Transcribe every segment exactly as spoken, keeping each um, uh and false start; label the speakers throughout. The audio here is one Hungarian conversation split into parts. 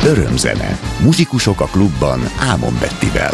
Speaker 1: Örömzene. Muzsikusok a klubban Ámon Bettivel.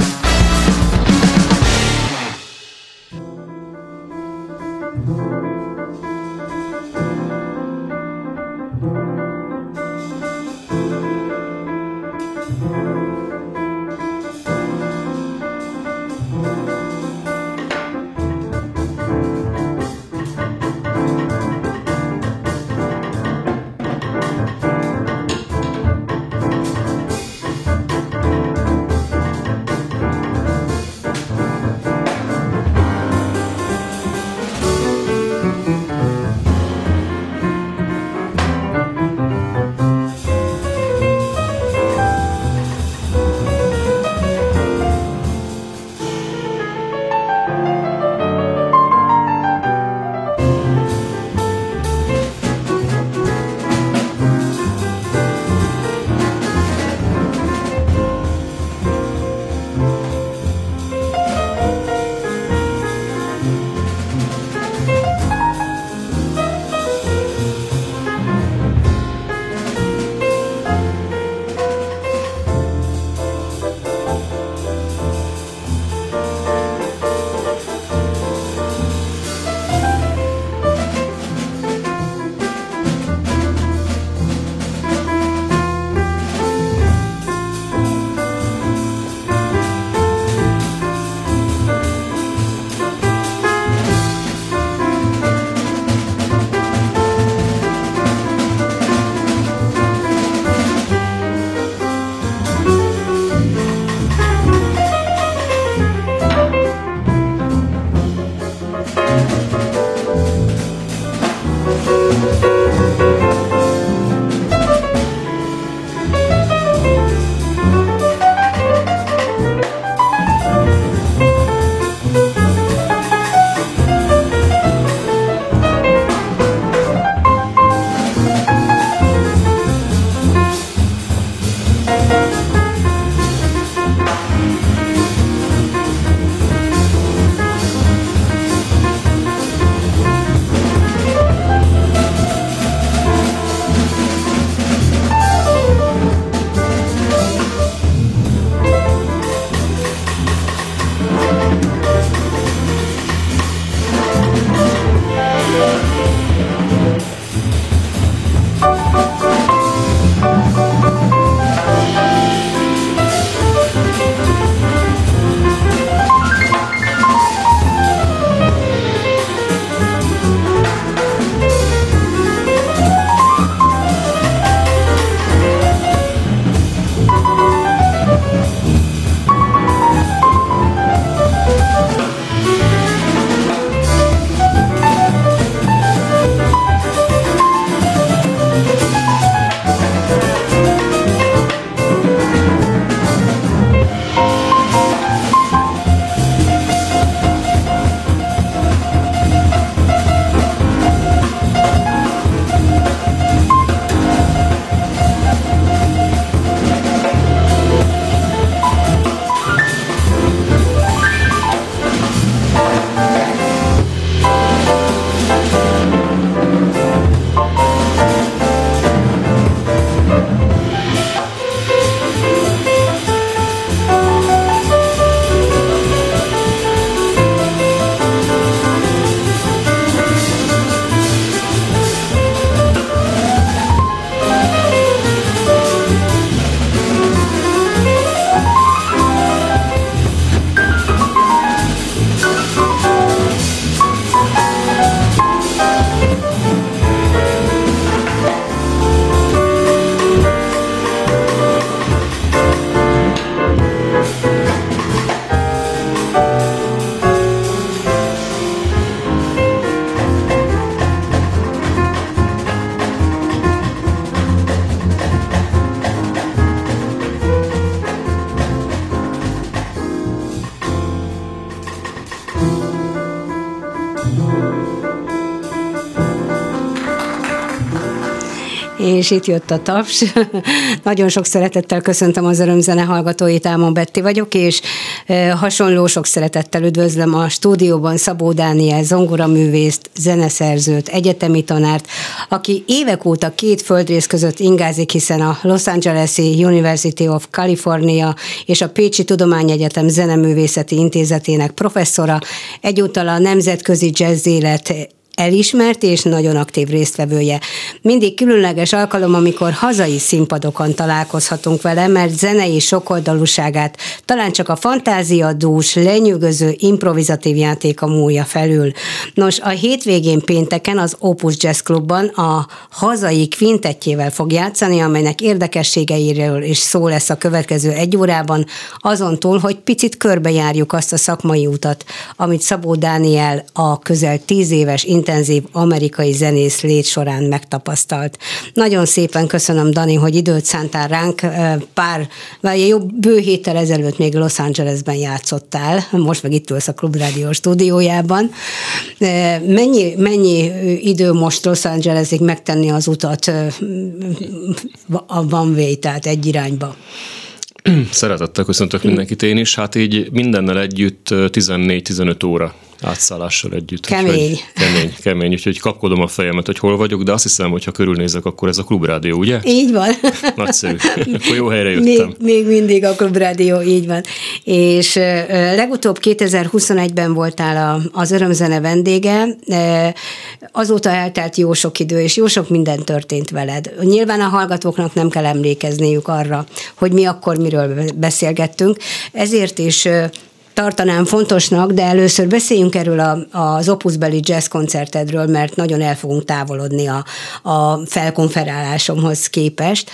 Speaker 2: és itt jött a taps. Nagyon sok szeretettel köszöntöm az Örömzene hallgatóit, Ámon Betti vagyok, és hasonló sok szeretettel üdvözlöm a stúdióban Szabó Dániel zongoraművészt, zeneszerzőt, egyetemi tanárt, aki évek óta két földrész között ingázik, hiszen a Los Angeles-i University of California és a Pécsi Tudományegyetem Zeneművészeti Intézetének professzora, egyúttal a nemzetközi jazz élet elismert és nagyon aktív résztvevője. Mindig különleges alkalom, amikor hazai színpadokon találkozhatunk vele, mert zenei sokoldalúságát talán csak a fantáziadús, lenyűgöző, improvizatív játéka múlja felül. Nos, a hétvégén pénteken az Opus Jazz Clubban a hazai kvintettjével fog játszani, amelynek érdekességeiről is szó lesz a következő egy órában, azon túl, hogy picit körbejárjuk azt a szakmai utat, amit Szabó Dániel a közel tíz éves intenzív amerikai zenész lét során megtapasztalt. Nagyon szépen köszönöm, Dani, hogy időt szántál ránk. Pár, vagy jó, bő héttel ezelőtt még Los Angelesben játszottál, most meg itt ülsz a Klubrádió stúdiójában. Mennyi, mennyi idő most Los Angelesig megtenni az utat a one way, tehát egy irányba?
Speaker 3: Szeretettel köszöntök mindenkit én is. Hát így mindennel együtt tizennégy-tizenöt óra átszállással együtt.
Speaker 2: Kemény.
Speaker 3: Úgyhogy, kemény, kemény, úgyhogy kapkodom a fejemet, hogy hol vagyok, de azt hiszem, hogy ha körülnézek, akkor ez a Klubrádió, ugye?
Speaker 2: Így van.
Speaker 3: Nagyszerű. Akkor jó helyre jöttem.
Speaker 2: Még, még mindig a Klubrádió, így van. És legutóbb kétezer-huszonegyben voltál az Örömzene vendége, azóta eltelt jó sok idő, és jó sok minden történt veled. Nyilván a hallgatóknak nem kell emlékezniük arra, hogy mi akkor miről beszélgettünk, ezért is tartanám fontosnak, de először beszéljünk erről a, az Opusbeli jazz koncertedről, mert nagyon el fogunk távolodni a, a felkonferálásomhoz képest,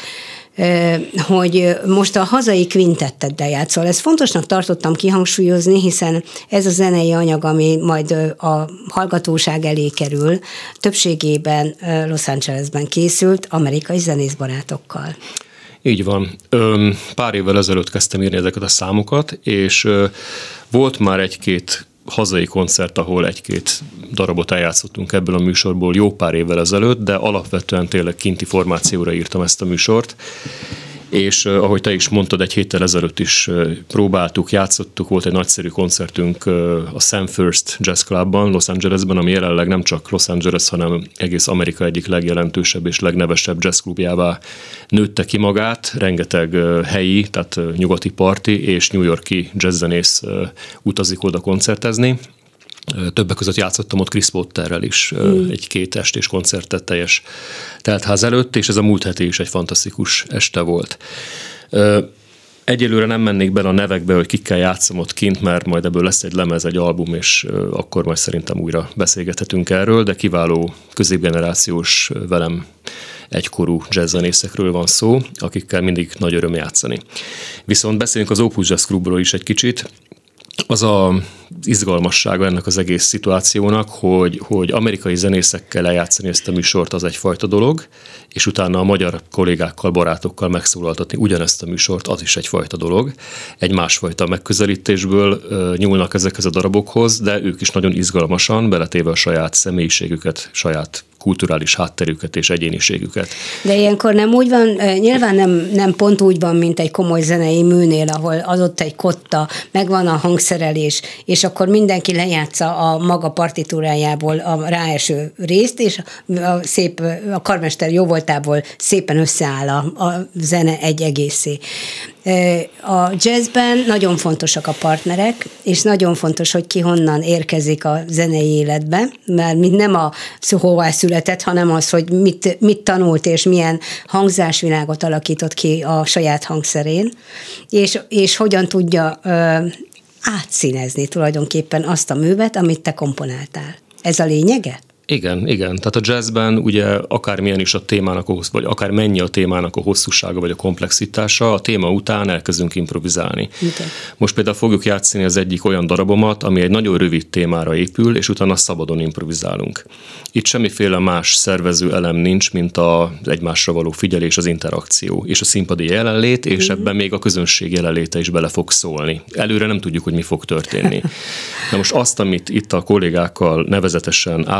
Speaker 2: hogy most a hazai kvintetteddel játszol. Ezt fontosnak tartottam kihangsúlyozni, hiszen ez a zenei anyag, ami majd a hallgatóság elé kerül, többségében Los Angelesben készült amerikai zenészbarátokkal.
Speaker 3: Így van. Pár évvel ezelőtt kezdtem írni ezeket a számokat, és volt már egy-két hazai koncert, ahol egy-két darabot eljátszottunk ebből a műsorból jó pár évvel ezelőtt, de alapvetően tényleg kinti formációra írtam ezt a műsort. És uh, ahogy te is mondtad, egy héttel ezelőtt is uh, próbáltuk, játszottuk, volt egy nagyszerű koncertünk uh, a Sam First Jazz Clubban, Los Angelesben, ami jelenleg nem csak Los Angeles, hanem egész Amerika egyik legjelentősebb és legnevesebb jazzklubjává nőtte ki magát. Rengeteg uh, helyi, tehát uh, nyugati parti és New Yorki jazzzenész uh, utazik oda koncertezni. Többek között játszottam ott Chris Potterrel is mm. egy két estés koncertet teljes teltház előtt, és ez a múlt heti is egy fantasztikus este volt. Egyelőre nem mennék bele a nevekbe, hogy kikkel játszom ott kint, mert majd ebből lesz egy lemez, egy album, és akkor majd szerintem újra beszélgethetünk erről, de kiváló középgenerációs, velem egykorú jazzzenészekről van szó, akikkel mindig nagy öröm játszani. Viszont beszéljünk az Opus Jazz Clubról is egy kicsit. Az a izgalmassága ennek az egész szituációnak, hogy, hogy amerikai zenészekkel lejátszani ezt a műsort az egyfajta dolog, és utána a magyar kollégákkal, barátokkal megszólaltatni ugyanezt a műsort, az is egyfajta dolog. Egy másfajta megközelítésből uh, nyúlnak ezekhez a darabokhoz, de ők is nagyon izgalmasan, beletéve a saját személyiségüket, saját kulturális hátterüket és egyéniségüket.
Speaker 2: De ilyenkor nem úgy van, nyilván nem, nem pont úgy van, mint egy komoly zenei műnél, ahol az ott egy kotta, megvan a hangszerelés, és akkor mindenki lejátsza a maga partitúrájából a ráeső részt, és a, szép, a karmester jóvoltából szépen összeáll a, a zene egy egészé. A jazzben nagyon fontosak a partnerek, és nagyon fontos, hogy ki honnan érkezik a zenei életbe, mert mint nem a hová született, hanem az, hogy mit, mit tanult, és milyen hangzásvilágot alakított ki a saját hangszerén, és, és hogyan tudja ö, átszínezni tulajdonképpen azt a művet, amit te komponáltál. Ez a lényege?
Speaker 3: Igen, igen. Tehát a jazzben ugye akármilyen is a témának, a hossz, vagy akár mennyi a témának a hosszúsága, vagy a komplexitása, a téma után elkezdünk improvizálni. Okay. Most például fogjuk játszani az egyik olyan darabomat, ami egy nagyon rövid témára épül, és utána szabadon improvizálunk. Itt semmiféle más szervező elem nincs, mint az egymásra való figyelés, az interakció, és a színpadi jelenlét, és mm-hmm. ebben még a közönség jelenléte is bele fog szólni. Előre nem tudjuk, hogy mi fog történni. Na most azt, amit itt a kollégákkal, nevezetesen á vé dé á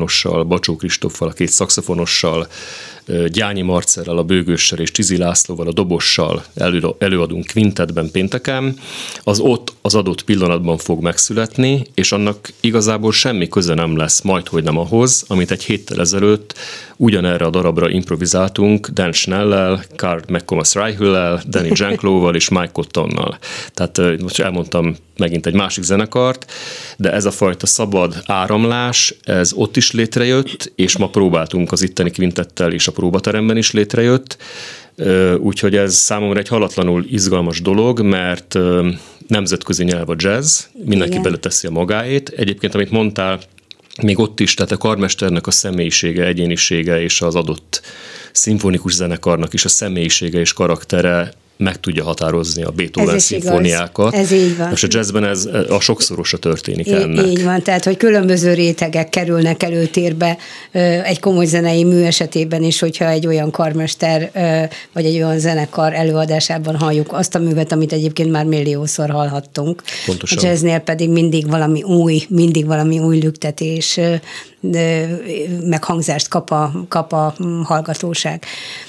Speaker 3: Jánossal, Bacsó Kristóffal, a két szaxofonossal, Gyányi Marcellel, a bőgőssel és Csizi Lászlóval, a dobossal elő, előadunk kvintetben pénteken, az ott az adott pillanatban fog megszületni, és annak igazából semmi köze nem lesz majdhogy nem ahhoz, amit egy héttel ezelőtt ugyanerre a darabra improvizáltunk Dan Schnell-lel, Carl McComas Reichel-lel, Danny Janklow-val és Mike Cottonnal. Tehát most elmondtam megint egy másik zenekart, de ez a fajta szabad áramlás, ez ott is létrejött, és ma próbáltunk az itteni kvintettel, és a próbateremben is létrejött, úgyhogy ez számomra egy halatlanul izgalmas dolog, mert nemzetközi nyelv a jazz, mindenki Igen. beleteszi a magáét. Egyébként, amit mondtál, még ott is, tehát a karmesternek a személyisége, egyénisége és az adott szimfonikus zenekarnak is a személyisége és karaktere meg tudja határozni a Beethoven szimfóniákat.
Speaker 2: Ez így van.
Speaker 3: És a jazzben ez a sokszorosa történik
Speaker 2: I-
Speaker 3: ennek.
Speaker 2: Így van, tehát hogy különböző rétegek kerülnek előtérbe egy komoly zenei mű esetében is, hogyha egy olyan karmester vagy egy olyan zenekar előadásában halljuk azt a művet, amit egyébként már milliószor hallhattunk.
Speaker 3: Pontosan.
Speaker 2: A jazznél pedig mindig valami új, mindig valami új lüktetés, meghangzást kap a, kap a hallgatóság.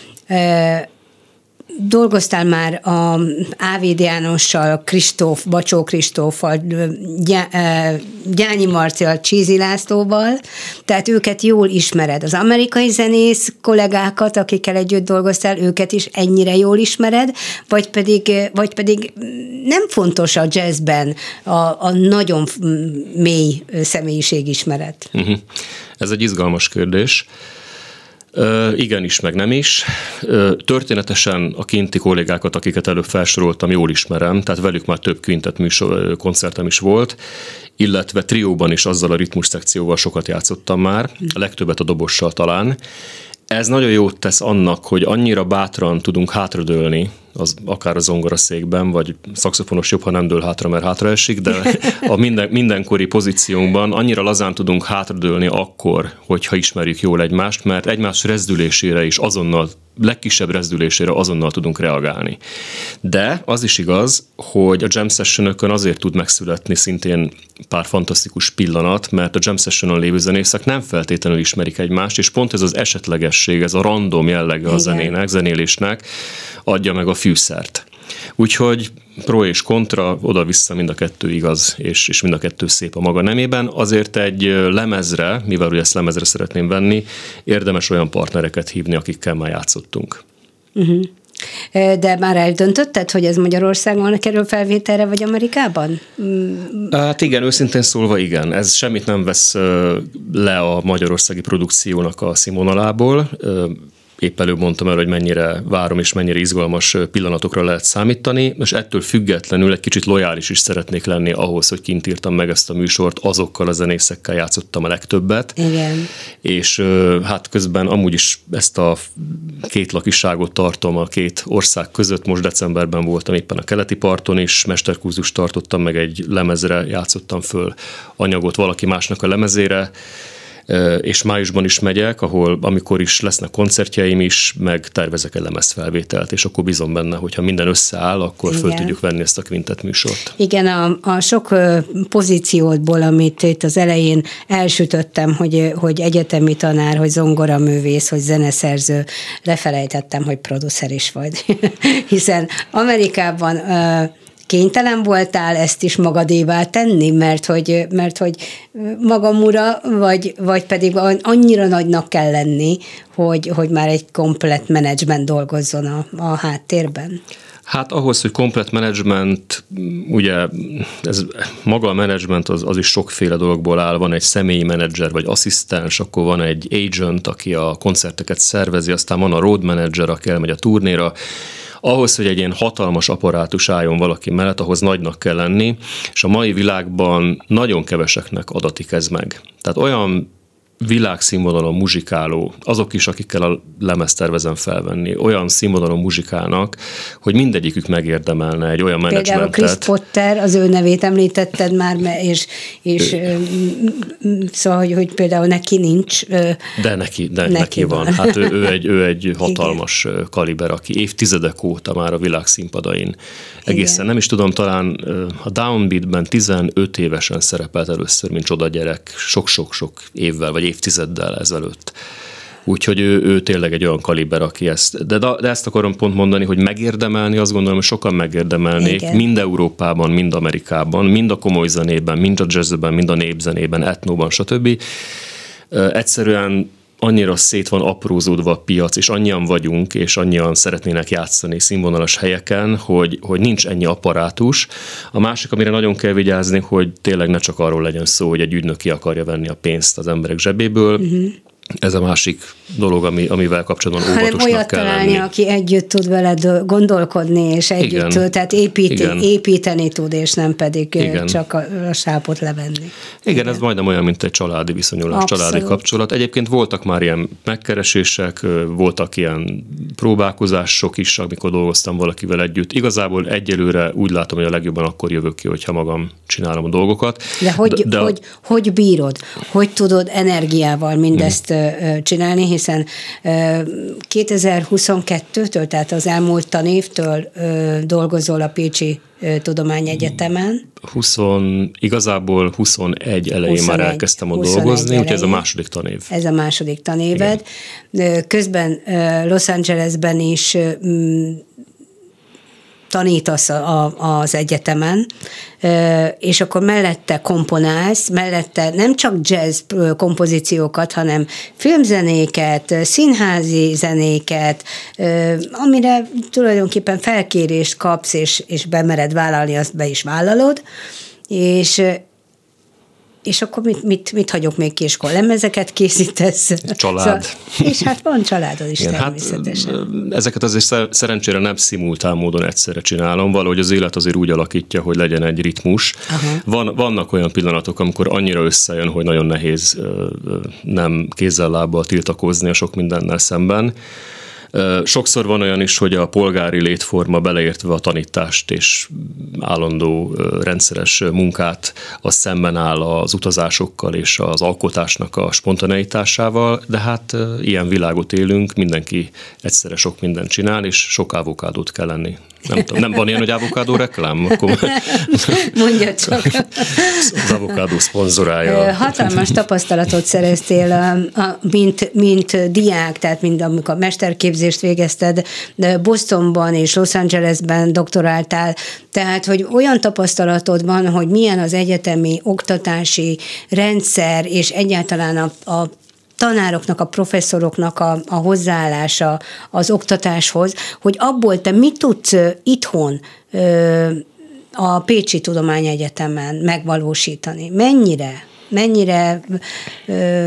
Speaker 2: Dolgoztál már a Ávéd Jánossal, Kristóf, Bacsó Kristóffal, Gyányi Marcellal, Csizi Lászlóval, tehát őket jól ismered. Az amerikai zenész kollégákat, akikkel együtt dolgoztál, őket is ennyire jól ismered, vagy pedig, vagy pedig nem fontos a jazzben a, a nagyon mély személyiségismeret? Uh-huh.
Speaker 3: Ez egy izgalmas kérdés. Uh, igenis, meg nem is. Uh, történetesen a kinti kollégákat, akiket előbb felsoroltam, jól ismerem, tehát velük már több kvintet műsor, koncertem is volt, illetve trióban is azzal a ritmus szekcióval sokat játszottam már, a legtöbbet a dobossal talán. Ez nagyon jót tesz annak, hogy annyira bátran tudunk hátradőlni, az akár a zongoraszékben, vagy szaxofonos jobb, ha nem dől hátra, mert hátraesik, de a minden, mindenkori pozíciónkban annyira lazán tudunk hátradőlni akkor, hogyha ismerjük jól egymást, mert egymás rezdülésére is azonnal, legkisebb rezdülésére azonnal tudunk reagálni. De az is igaz, hogy a jam sessionökön azért tud megszületni szintén pár fantasztikus pillanat, mert a jam sessionon lévő zenészek nem feltétlenül ismerik egymást, és pont ez az esetlegesség, ez a random jellege a zenének, zenélésnek adja meg a fűszert. Úgyhogy pro és kontra, oda-vissza mind a kettő igaz, és, és mind a kettő szép a maga nemében. Azért egy lemezre, mivel ugye ezt lemezre szeretném venni, érdemes olyan partnereket hívni, akikkel már játszottunk. Uh-huh.
Speaker 2: De már eldöntötted, hogy ez Magyarországon kerül felvételre, vagy Amerikában?
Speaker 3: Hát igen, őszintén szólva igen. Ez semmit nem vesz le a magyarországi produkciónak a színvonalából. Épp előbb mondtam el, hogy mennyire várom és mennyire izgalmas pillanatokra lehet számítani, és ettől függetlenül egy kicsit lojális is szeretnék lenni ahhoz, hogy kint írtam meg ezt a műsort, azokkal a zenészekkel játszottam a legtöbbet.
Speaker 2: Igen.
Speaker 3: És hát közben amúgy is ezt a két lakiságot tartom a két ország között. Most decemberben voltam éppen a keleti parton is, mesterkurzust tartottam, meg egy lemezre játszottam föl anyagot valaki másnak a lemezére, és májusban is megyek, ahol amikor is lesznek koncertjeim is, meg tervezek egy lemezfelvételt, és akkor bízom benne, hogyha minden összeáll, akkor Igen. föl tudjuk venni ezt a kvintet műsort.
Speaker 2: Igen, a, a sok pozíciódból, amit itt az elején elsütöttem, hogy, hogy egyetemi tanár, hogy zongoraművész, hogy zeneszerző, lefelejtettem, hogy producer is vagy. Hiszen Amerikában kénytelen voltál ezt is magadévá tenni, mert hogy, mert hogy magamura, vagy, vagy pedig annyira nagynak kell lenni, hogy, hogy már egy komplett menedzsment dolgozzon a, a háttérben?
Speaker 3: Hát ahhoz, hogy komplett menedzsment, ugye ez, maga a menedzsment az, az is sokféle dologból áll, van egy személyi menedzser vagy asszisztens, akkor van egy agent, aki a koncerteket szervezi, aztán van a road manager, aki elmegy a turnéra. Ahhoz, hogy egy ilyen hatalmas apparátus álljon valaki mellett, ahhoz nagynak kell lenni, és a mai világban nagyon keveseknek adatik ez meg. Tehát olyan világszínvonalon muzsikáló, azok is, akikkel a lemezt tervezem felvenni, olyan színvonalon muzsikálnak, hogy mindegyikük megérdemelne egy olyan menedzsmentet.
Speaker 2: Például Chris Potter, az ő nevét említetted már, és, és ő, szóval, hogy, hogy például neki nincs.
Speaker 3: De neki, de neki, neki van. van. Hát ő, ő, egy, ő egy hatalmas Igen. kaliber, aki évtizedek óta már a világszínpadain. Egészen Igen. nem is tudom, talán a Downbeatben tizenöt évesen szerepelt először, mint csodagyerek, sok-sok-sok évvel, vagy vagy évtizeddel ezelőtt. Úgyhogy ő, ő tényleg egy olyan kaliber, aki ezt... De, de ezt akarom pont mondani, hogy megérdemelni, azt gondolom, hogy sokan megérdemelnék, igen. Mind Európában, mind Amerikában, mind a komoly zenében, mind a jazzben, mind a népzenében, etnóban, stb. Egyszerűen annyira szét van aprózódva a piac, és annyian vagyunk, és annyian szeretnének játszani színvonalas helyeken, hogy, hogy nincs ennyi apparátus. A másik, amire nagyon kell vigyázni, hogy tényleg ne csak arról legyen szó, hogy egy ügynök ki akarja venni a pénzt az emberek zsebéből. Uh-huh. Ez a másik dolog, ami, amivel kapcsolatban óvatosnak kell lenni.
Speaker 2: Hanem olyat találni, aki együtt tud veled gondolkodni, és együtt, igen. tehát építi, építeni tud, és nem pedig igen. csak a, a sápot levenni. Igen,
Speaker 3: igen, ez majdnem olyan, mint egy családi viszonyulás, abszolút. Családi kapcsolat. Egyébként voltak már ilyen megkeresések, voltak ilyen próbálkozások is, amikor dolgoztam valakivel együtt. Igazából egyelőre úgy látom, hogy a legjobban akkor jövök ki, hogyha magam csinálom a dolgokat.
Speaker 2: De hogy, de, de hogy, hogy bírod? Hogy tudod energiával mindezt hmm. csinálni, hiszen kétezer-huszonkettőtől, tehát az elmúlt tanévtől dolgozol a Pécsi Tudományegyetemen.
Speaker 3: húsz, igazából huszonegy elején huszonegy, már elkezdtem ott dolgozni, úgyhogy ez a második tanév.
Speaker 2: Ez a második tanéved. Igen. Közben Los Angelesben is tanítasz a, a, az egyetemen, és akkor mellette komponálsz, mellette nem csak jazz kompozíciókat, hanem filmzenéket, színházi zenéket, amire tulajdonképpen felkérést kapsz, és, és bemered vállalni, azt be is vállalod, és És akkor mit, mit, mit hagyok még ki, és akkor lemezeket készítesz?
Speaker 3: Család.
Speaker 2: Szóval, és hát van családod is. Igen, természetesen.
Speaker 3: Hát ezeket azért szerencsére nem szimultán módon egyszerre csinálom, valahogy az élet azért úgy alakítja, hogy legyen egy ritmus. Van, vannak olyan pillanatok, amikor annyira összejön, hogy nagyon nehéz nem kézzel-lábbal tiltakozni a sok mindennel szemben. Sokszor van olyan is, hogy a polgári létforma beleértve a tanítást és állandó rendszeres munkát, az szemben áll az utazásokkal és az alkotásnak a spontaneitásával, de hát ilyen világot élünk, mindenki egyszerre sok mindent csinál, és sok avokádót kell lenni. Nem tudom, nem van ilyen, hogy avokádó reklám? Akkor
Speaker 2: mondja csak.
Speaker 3: Az avokádó szponzorálja.
Speaker 2: Hatalmas tapasztalatot szereztél, mint, mint diák, tehát mint amikor mesterképzést végezted, Bostonban és Los Angelesben doktoráltál, tehát, hogy olyan tapasztalatod van, hogy milyen az egyetemi oktatási rendszer, és egyáltalán a, a tanároknak, a professzoroknak a, a hozzáállása az oktatáshoz, hogy abból te mit tudsz itthon ö, a Pécsi Tudományegyetemen megvalósítani? Mennyire? Mennyire ö,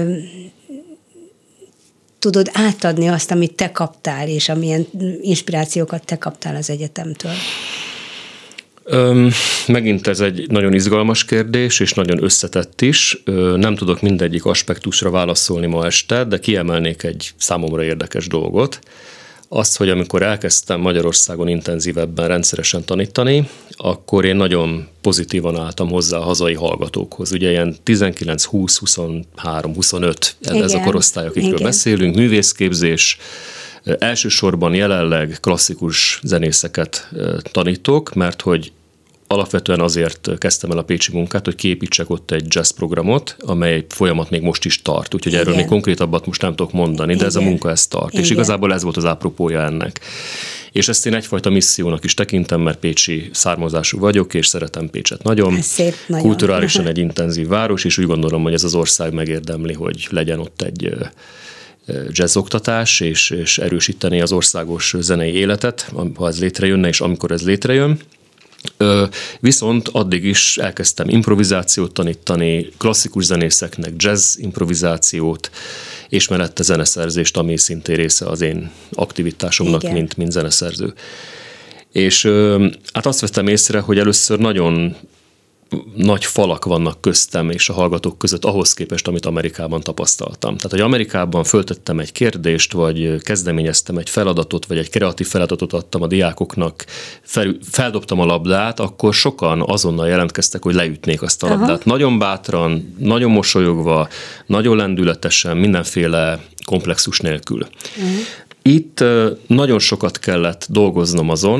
Speaker 2: tudod átadni azt, amit te kaptál, és amilyen inspirációkat te kaptál az egyetemtől?
Speaker 3: Öm, megint ez egy nagyon izgalmas kérdés, és nagyon összetett is. Ö, nem tudok mindegyik aspektusra válaszolni ma este, de kiemelnék egy számomra érdekes dolgot. Azt, hogy amikor elkezdtem Magyarországon intenzívebben rendszeresen tanítani, akkor én nagyon pozitívan álltam hozzá a hazai hallgatókhoz. Ugye ilyen tizenkilenc, húsz, huszonhárom, huszonöt, igen, ez a korosztály, akikről igen. beszélünk, művészképzés. Elsősorban jelenleg klasszikus zenészeket tanítok, mert hogy alapvetően azért kezdtem el a pécsi munkát, hogy kiépítsek ott egy jazz programot, amely folyamat még most is tart, úgyhogy igen. erről még konkrétabbat most nem tudok mondani, de igen. ez a munka ez tart, igen. és igazából ez volt az apropója ennek. És ezt én egyfajta missziónak is tekintem, mert pécsi származású vagyok, és szeretem Pécset nagyon.
Speaker 2: Szép, nagyon.
Speaker 3: Kulturálisan egy intenzív város, és úgy gondolom, hogy ez az ország megérdemli, hogy legyen ott egy jazz oktatás, és, és erősíteni az országos zenei életet, ha ez létrejönne, és amikor ez létrejön. Viszont addig is elkezdtem improvizációt tanítani, klasszikus zenészeknek jazz improvizációt, és mellette zeneszerzést, ami szintén része az én aktivitásomnak, mint, mint zeneszerző. És hát azt vettem észre, hogy először nagyon nagy falak vannak köztem és a hallgatók között ahhoz képest, amit Amerikában tapasztaltam. Tehát, hogy Amerikában föltettem egy kérdést, vagy kezdeményeztem egy feladatot, vagy egy kreatív feladatot adtam a diákoknak, fel, feldobtam a labdát, akkor sokan azonnal jelentkeztek, hogy leütnék azt a labdát. Aha. Nagyon bátran, nagyon mosolyogva, nagyon lendületesen, mindenféle komplexus nélkül. Uh-huh. Itt nagyon sokat kellett dolgoznom azon,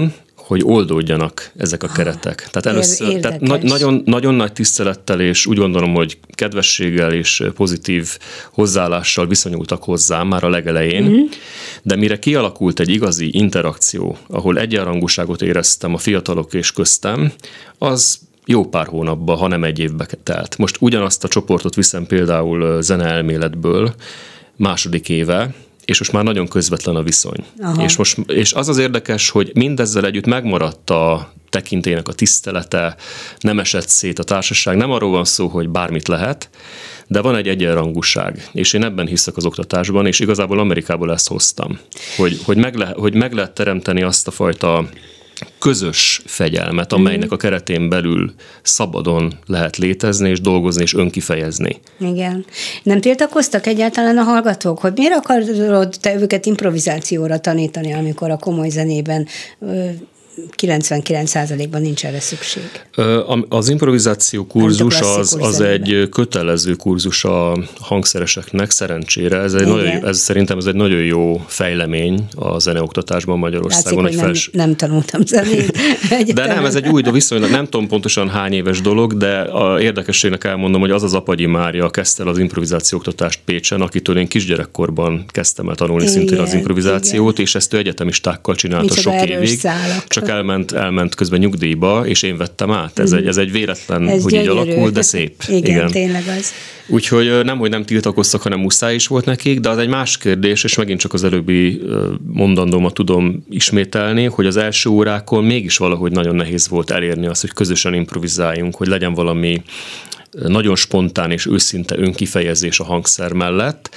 Speaker 3: hogy oldódjanak ezek a keretek. Tehát először tehát na- nagyon, nagyon nagy tisztelettel, és úgy gondolom, hogy kedvességgel és pozitív hozzáállással viszonyultak hozzám már a legelején, mm-hmm. de mire kialakult egy igazi interakció, ahol egyenrangúságot éreztem a fiatalok és köztem, az jó pár hónapba, ha nem egy évbe telt. Most ugyanazt a csoportot viszem például zeneelméletből második éve, és most már nagyon közvetlen a viszony. És, most, és az az érdekes, hogy mindezzel együtt megmaradt a tekintélynek a tisztelete, nem esett szét a társaság, nem arról van szó, hogy bármit lehet, de van egy egyenrangúság, és én ebben hiszek az oktatásban, és igazából Amerikából ezt hoztam, hogy, hogy, meg, le, hogy meg lehet teremteni azt a fajta közös fegyelmet, amelynek a keretén belül szabadon lehet létezni, és dolgozni, és önkifejezni.
Speaker 2: Igen. Nem tiltakoztak egyáltalán a hallgatók, hogy miért akarod te őket improvizációra tanítani, amikor a komoly zenében kilencvenkilenc százalékban nincs erre szükség?
Speaker 3: Az improvizáció kurzus az, az egy kötelező kurzus a hangszereseknek, szerencsére. Ez, egy nagyon, ez szerintem ez egy nagyon jó fejlemény a zeneoktatásban Magyarországon.
Speaker 2: Látszik, hogy fels... nem, nem tanultam zenét.
Speaker 3: De nem, ez egy új, viszonylag nem tudom pontosan hány éves dolog, de a érdekességnek elmondom, hogy az az Apagyi Mária kezdte el az improvizációoktatást Pécsen, akitől én kisgyerekkorban kezdtem el tanulni igen, szintén az improvizációt, igen. És ezt ő egyetemistákkal csinálta
Speaker 2: micsoda
Speaker 3: sok évig.
Speaker 2: Szálak.
Speaker 3: Csak elment, elment közben nyugdíjba, és én vettem át. Ez, mm. egy, ez egy véletlen, ez hogy gyönyörű. Így alakul, de szép.
Speaker 2: Igen, igen, tényleg az.
Speaker 3: Úgyhogy nem, hogy nem tiltakoztak, hanem muszáj is volt nekik, de az egy más kérdés, és megint csak az előbbi mondandómat tudom ismételni, hogy az első órákon mégis valahogy nagyon nehéz volt elérni azt, hogy közösen improvizáljunk, hogy legyen valami nagyon spontán és őszinte önkifejezés a hangszer mellett.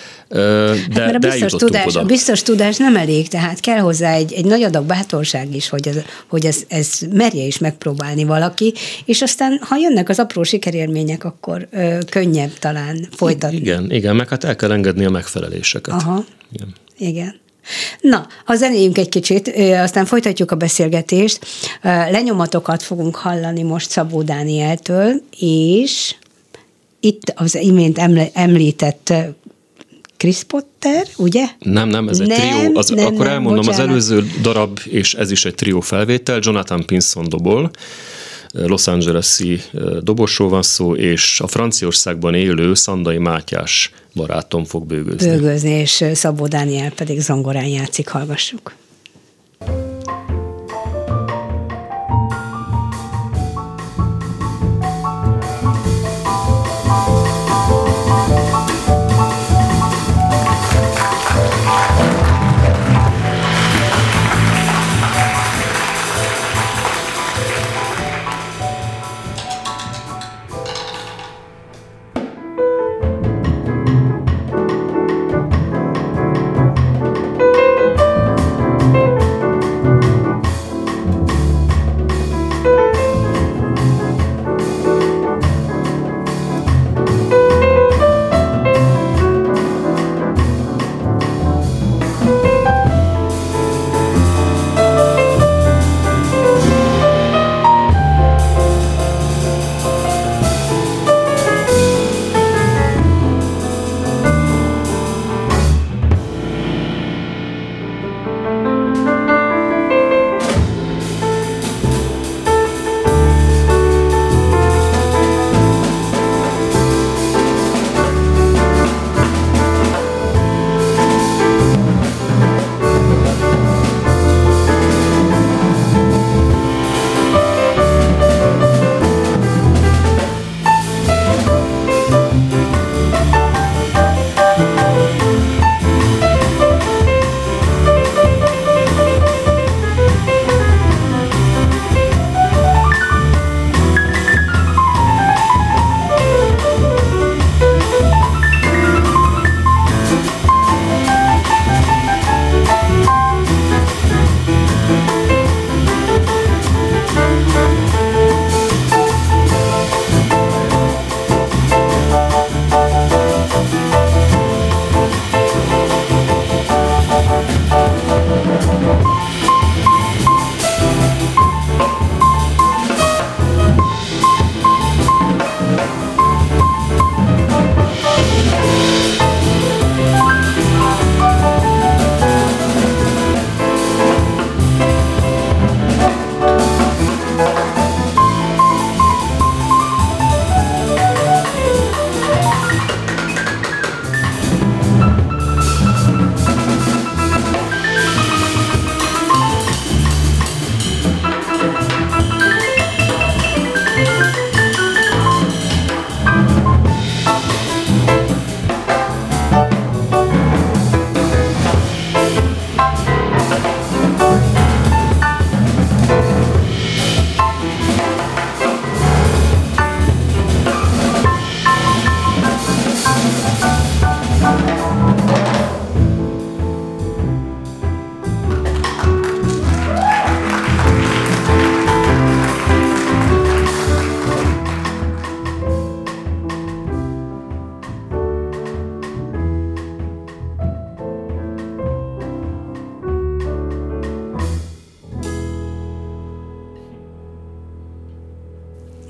Speaker 3: De,
Speaker 2: hát, a, biztos tudás, a biztos tudás nem elég, tehát kell hozzá egy, egy nagy adag bátorság is, hogy, ez, hogy ez, ez merje is megpróbálni valaki, és aztán, ha jönnek az apró sikerélmények, akkor ö, könnyebb talán folytatni.
Speaker 3: Igen, igen, meg hát el kell engedni a megfeleléseket.
Speaker 2: Aha, igen. igen. Na, ha zenéljünk egy kicsit, aztán folytatjuk a beszélgetést. Lenyomatokat fogunk hallani most Szabó Dánieltől, és itt az imént említett Chris Potter, ugye?
Speaker 3: Nem, nem, ez egy nem, trió. Az, nem, akkor nem, elmondom, bocsánat. Az előző darab, és ez is egy trió felvétel, Jonathan Pinson dobol, Los Angeles-i dobosról van szó, és a Franciaországban élő Szandai Mátyás barátom fog bőgőzni.
Speaker 2: Bőgőzni, és Szabó Dániel pedig zongorán játszik, hallgassuk.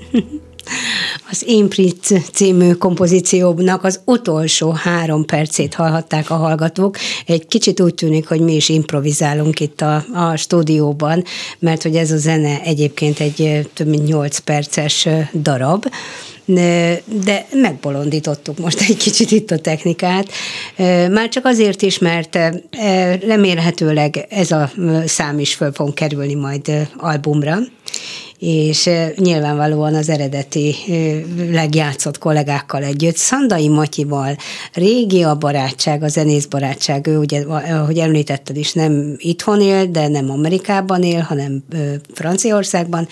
Speaker 2: Az Imprint című kompozíciónak az utolsó három percét hallhatták a hallgatók. Egy kicsit úgy tűnik, hogy mi is improvizálunk itt a, a stúdióban, mert hogy ez a zene egyébként egy több mint nyolc perces darab, de megbolondítottuk most egy kicsit itt a technikát. Már csak azért is, mert remélhetőleg ez a szám is föl fog kerülni majd albumra, és nyilvánvalóan az eredeti legjátszott kollégákkal együtt, Szandai Matyival, régi a barátság, a zenész barátság, ő ugye, ahogy említetted is, nem itthon él, de nem Amerikában él, hanem Franciaországban.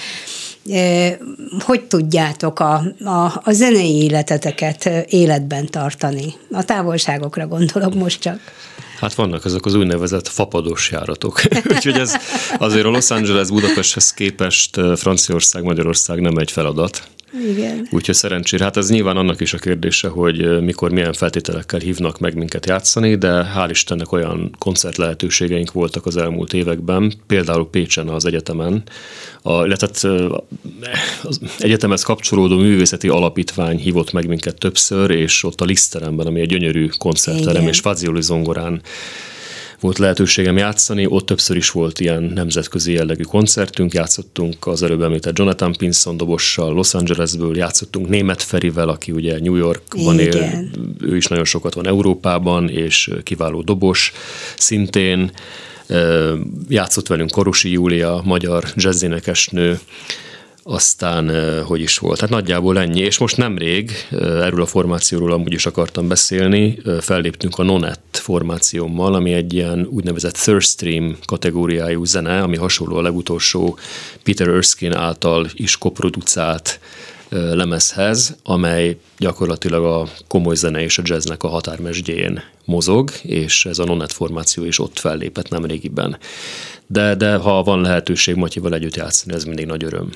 Speaker 2: Hogy tudjátok a, a, a zenei életeteket életben tartani? A távolságokra gondolok most csak.
Speaker 3: Hát vannak azok az úgynevezett fapados járatok. Úgyhogy ez azért a Los Angeles Budapesthez képest Franciaország, Magyarország nem egy feladat.
Speaker 2: Igen.
Speaker 3: Úgyhogy szerencsére, hát ez nyilván annak is a kérdése, hogy mikor milyen feltételekkel hívnak meg minket játszani, de hál' Istennek olyan koncert lehetőségeink voltak az elmúlt években, például Pécsen az egyetemen, a, illetve az egyetemhez kapcsolódó művészeti alapítvány hívott meg minket többször, és ott a Lisztteremben, ami egy gyönyörű koncertterem, igen, és Fazioli zongorán volt lehetőségem játszani, ott többször is volt ilyen nemzetközi jellegű koncertünk, játszottunk az előbb említett Jonathan Pinson dobossal, Los Angelesből, játszottunk Németh Ferivel, aki ugye New Yorkban él, igen, ő is nagyon sokat van Európában, és kiváló dobos szintén. Játszott velünk Korosi Júlia, magyar jazzénekesnő, aztán hogy is volt, hát nagyjából ennyi, és most nemrég, erről a formációról amúgy is akartam beszélni, felléptünk a Nonet formációmmal, ami egy ilyen úgynevezett third stream kategóriájú zene, ami hasonló a legutolsó Peter Erskine által is koproducált lemezhez, amely gyakorlatilag a komoly zene és a jazznek a határmesdjén mozog, és ez a Nonet formáció is ott fellépett nemrégiben. De, de ha van lehetőség Matyival együtt játszani, ez mindig nagy öröm.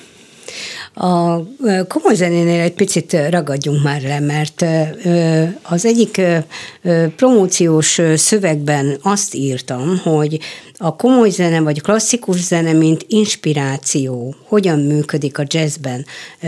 Speaker 2: A komoly zenénél egy picit ragadjunk már le, mert az egyik promóciós szövegben azt írtam, hogy a komoly zene vagy klasszikus zene, mint inspiráció, hogyan működik a jazzben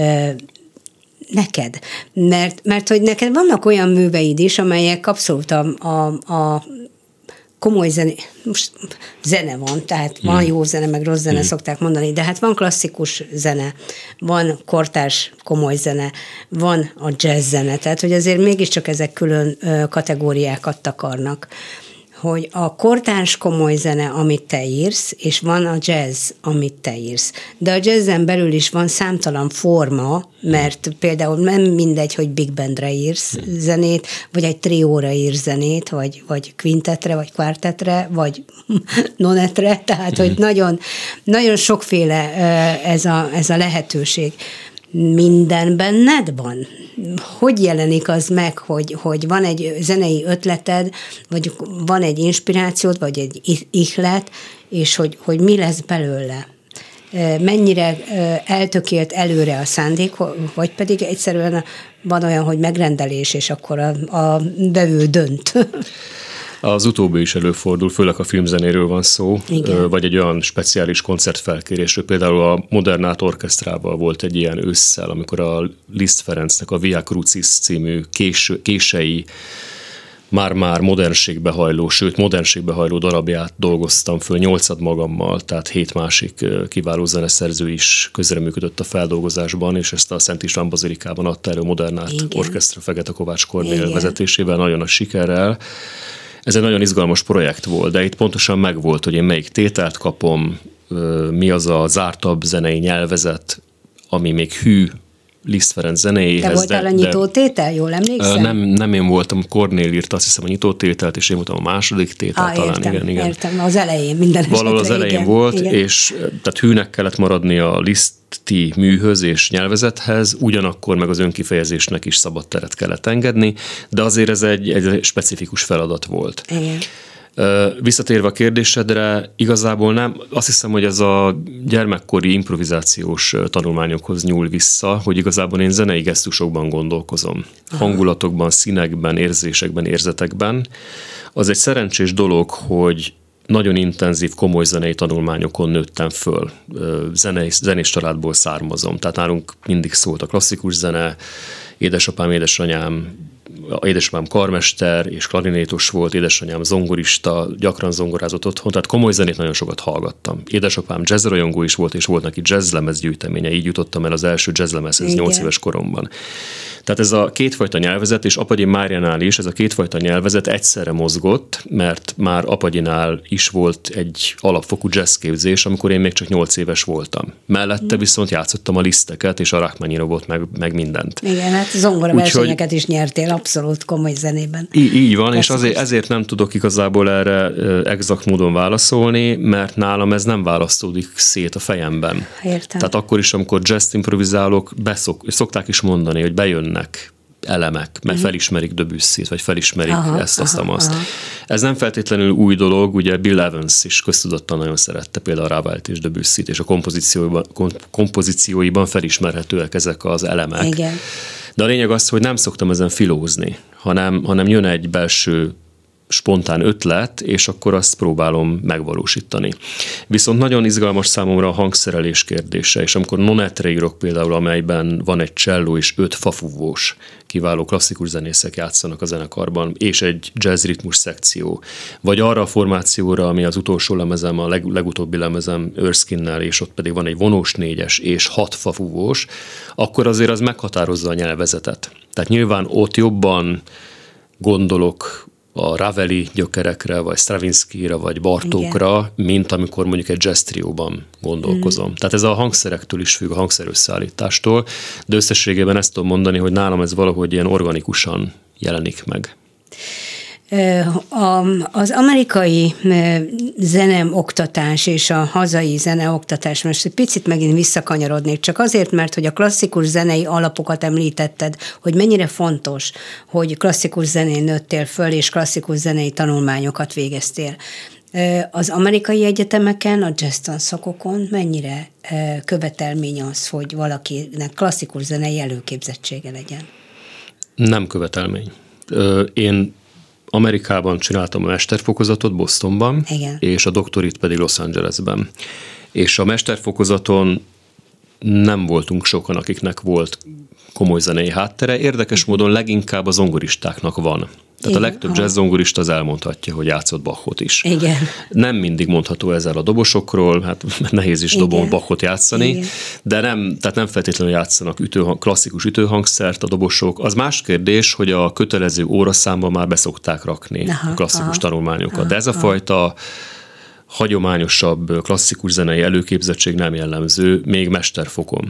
Speaker 2: neked. Mert, mert hogy neked vannak olyan műveid is, amelyek abszolút a, a, a komoly zene, most zene van, tehát van mm. jó zene, meg rossz zene, mm. szokták mondani, de hát van klasszikus zene, van kortárs komoly zene, van a jazz zene, tehát hogy azért mégiscsak ezek külön kategóriákat takarnak, hogy a kortárs komoly zene, amit te írsz, és van a jazz, amit te írsz. De a jazzen belül is van számtalan forma, mert például nem mindegy, hogy big bandre írsz zenét, vagy egy trióra írsz zenét, vagy, vagy quintetre, vagy kvartetre, vagy nonetre, tehát hogy nagyon, nagyon sokféle ez a, ez a lehetőség. Minden benned van? Hogy jelenik az meg, hogy, hogy van egy zenei ötleted, vagy van egy inspirációd, vagy egy ihlet, és hogy, hogy mi lesz belőle? Mennyire eltökélt előre a szándék, vagy pedig egyszerűen van olyan, hogy megrendelés, és akkor a, a vevő dönt?
Speaker 3: Az utóbbi is előfordul, főleg a filmzenéről van szó, igen, vagy egy olyan speciális koncertfelkérésről. Például a Modernát orkesztrával volt egy ilyen ősszel, amikor a Liszt Ferencnek a Via Crucis című kés, kései, már-már modernségbe hajló, sőt modernségbe hajló darabját dolgoztam föl nyolcad magammal, tehát hét másik kiváló zeneszerző is közreműködött a feldolgozásban, és ezt a Szent István Bazilikában adta elő Modernát igen, orkesztra Fekete Kovács Kornél igen, vezetésével, nagyon nagy sikerrel. Ez egy nagyon izgalmas projekt volt, de itt pontosan megvolt, hogy én melyik tételt kapom, mi az a zártabb zenei nyelvezet, ami még hű Liszt Ferenc zenéjéhez.
Speaker 2: Te voltál de, a nyitótétel, jól emlékszem?
Speaker 3: Nem, nem én voltam, Kornél írta azt hiszem a nyitótételt, és én voltam a második tétel
Speaker 2: ah,
Speaker 3: talán.
Speaker 2: Értem,
Speaker 3: igen, igen.
Speaker 2: értem, az elején minden esetre.
Speaker 3: Valahol az elején igen, volt, igen. És tehát hűnek kellett maradni a Liszti műhöz és nyelvezethez, ugyanakkor meg az önkifejezésnek is szabad teret kellett engedni, de azért ez egy, egy specifikus feladat volt.
Speaker 2: Igen.
Speaker 3: Visszatérve a kérdésedre, igazából nem, azt hiszem, hogy ez a gyermekkori improvizációs tanulmányokhoz nyúl vissza, hogy igazából én zenei gesztusokban gondolkozom. Aha. Hangulatokban, színekben, érzésekben, érzetekben. Az egy szerencsés dolog, hogy nagyon intenzív, komoly zenei tanulmányokon nőttem föl. Zenés, zenés családból származom, tehát nálunk mindig szólt a klasszikus zene, édesapám, édesanyám, édesapám karmester és klarinétos volt, édesanyám zongorista, gyakran zongorázott otthon, tehát komoly zenét nagyon sokat hallgattam. Édesapám jazzrajongó is volt, és volt neki jazzlemez gyűjteménye, így jutottam el az első jazzlemezhez nyolc éves koromban. Tehát ez a kétfajta nyelvezet, és Apagyi Máriánál is ez a kétfajta nyelvezet egyszerre mozgott, mert már Apagyinál is volt egy alapfokú jazzképzés, amikor én még csak nyolc éves voltam. Mellette viszont játszottam a Liszteket, és a Rachmaninovot, meg, meg mindent.
Speaker 2: Igen, hát zongora versenyeket is nyertél abszolút komoly zenében.
Speaker 3: Így, így van, és azért, ezért nem tudok igazából erre exakt módon válaszolni, mert nálam ez nem választódik szét a fejemben.
Speaker 2: Értem.
Speaker 3: Tehát akkor is, amikor jazz improvizálok, beszok, szokták is mondani, hogy bejönnek elemek, mert uh-huh. felismerik Debussyt, vagy felismerik aha, ezt, azt, aha, azt. Aha. Ez nem feltétlenül új dolog, ugye Bill Evans is köztudottan nagyon szerette például Ravelt és Debussyt, és a kompozícióiban, kompozícióiban felismerhetőek ezek az elemek.
Speaker 2: Igen.
Speaker 3: De a lényeg az, hogy nem szoktam ezen filózni, hanem, hanem jön egy belső spontán ötlet, és akkor azt próbálom megvalósítani. Viszont nagyon izgalmas számomra a hangszerelés kérdése, és amikor nonetre írok például, amelyben van egy cselló és öt fafúvós, kiváló klasszikus zenészek játszanak a zenekarban, és egy jazz ritmus szekció, vagy arra a formációra, ami az utolsó lemezem, a leg, legutóbbi lemezem Erskine-nel, és ott pedig van egy vonós négyes és hat fafúvós, akkor azért az meghatározza a nyelvezetet. Tehát nyilván ott jobban gondolok a Raveli gyökerekre, vagy Stravinskijra, vagy Bartókra, igen. mint amikor mondjuk egy jazz trióban gondolkozom. Mm. Tehát ez a hangszerektől is függ, a hangszerösszeállítástól, de összességében ezt tudom mondani, hogy nálam ez valahogy ilyen organikusan jelenik meg.
Speaker 2: Az amerikai zeneoktatás és a hazai zeneoktatás, most egy picit megint visszakanyarodnék, csak azért, mert hogy a klasszikus zenei alapokat említetted, hogy mennyire fontos, hogy klasszikus zenén nőttél föl, és klasszikus zenei tanulmányokat végeztél. Az amerikai egyetemeken, a jazz tanszakokon mennyire követelmény az, hogy valakinek klasszikus zenei előképzettsége legyen? Nem
Speaker 3: követelmény. Én Amerikában csináltam a mesterfokozatot Bostonban, igen. és a doktorit pedig Los Angelesben. És a mesterfokozaton nem voltunk sokan, akiknek volt komoly zenei háttere. Érdekes módon leginkább a zongoristáknak van. Tehát igen, a legtöbb jazz zongorista az elmondhatja, hogy játszott Bachot is.
Speaker 2: Igen.
Speaker 3: Nem mindig mondható ezzel a dobosokról, hát nehéz is dobon Bachot játszani, igen. de nem, tehát nem feltétlenül játszanak ütőhang, klasszikus ütőhangszert a dobosok. Az más kérdés, hogy a kötelező óraszámban már beszokták rakni aha, a klasszikus aha, tanulmányokat. Aha, de ez a aha. fajta hagyományosabb klasszikus zenei előképzettség nem jellemző, még mesterfokon.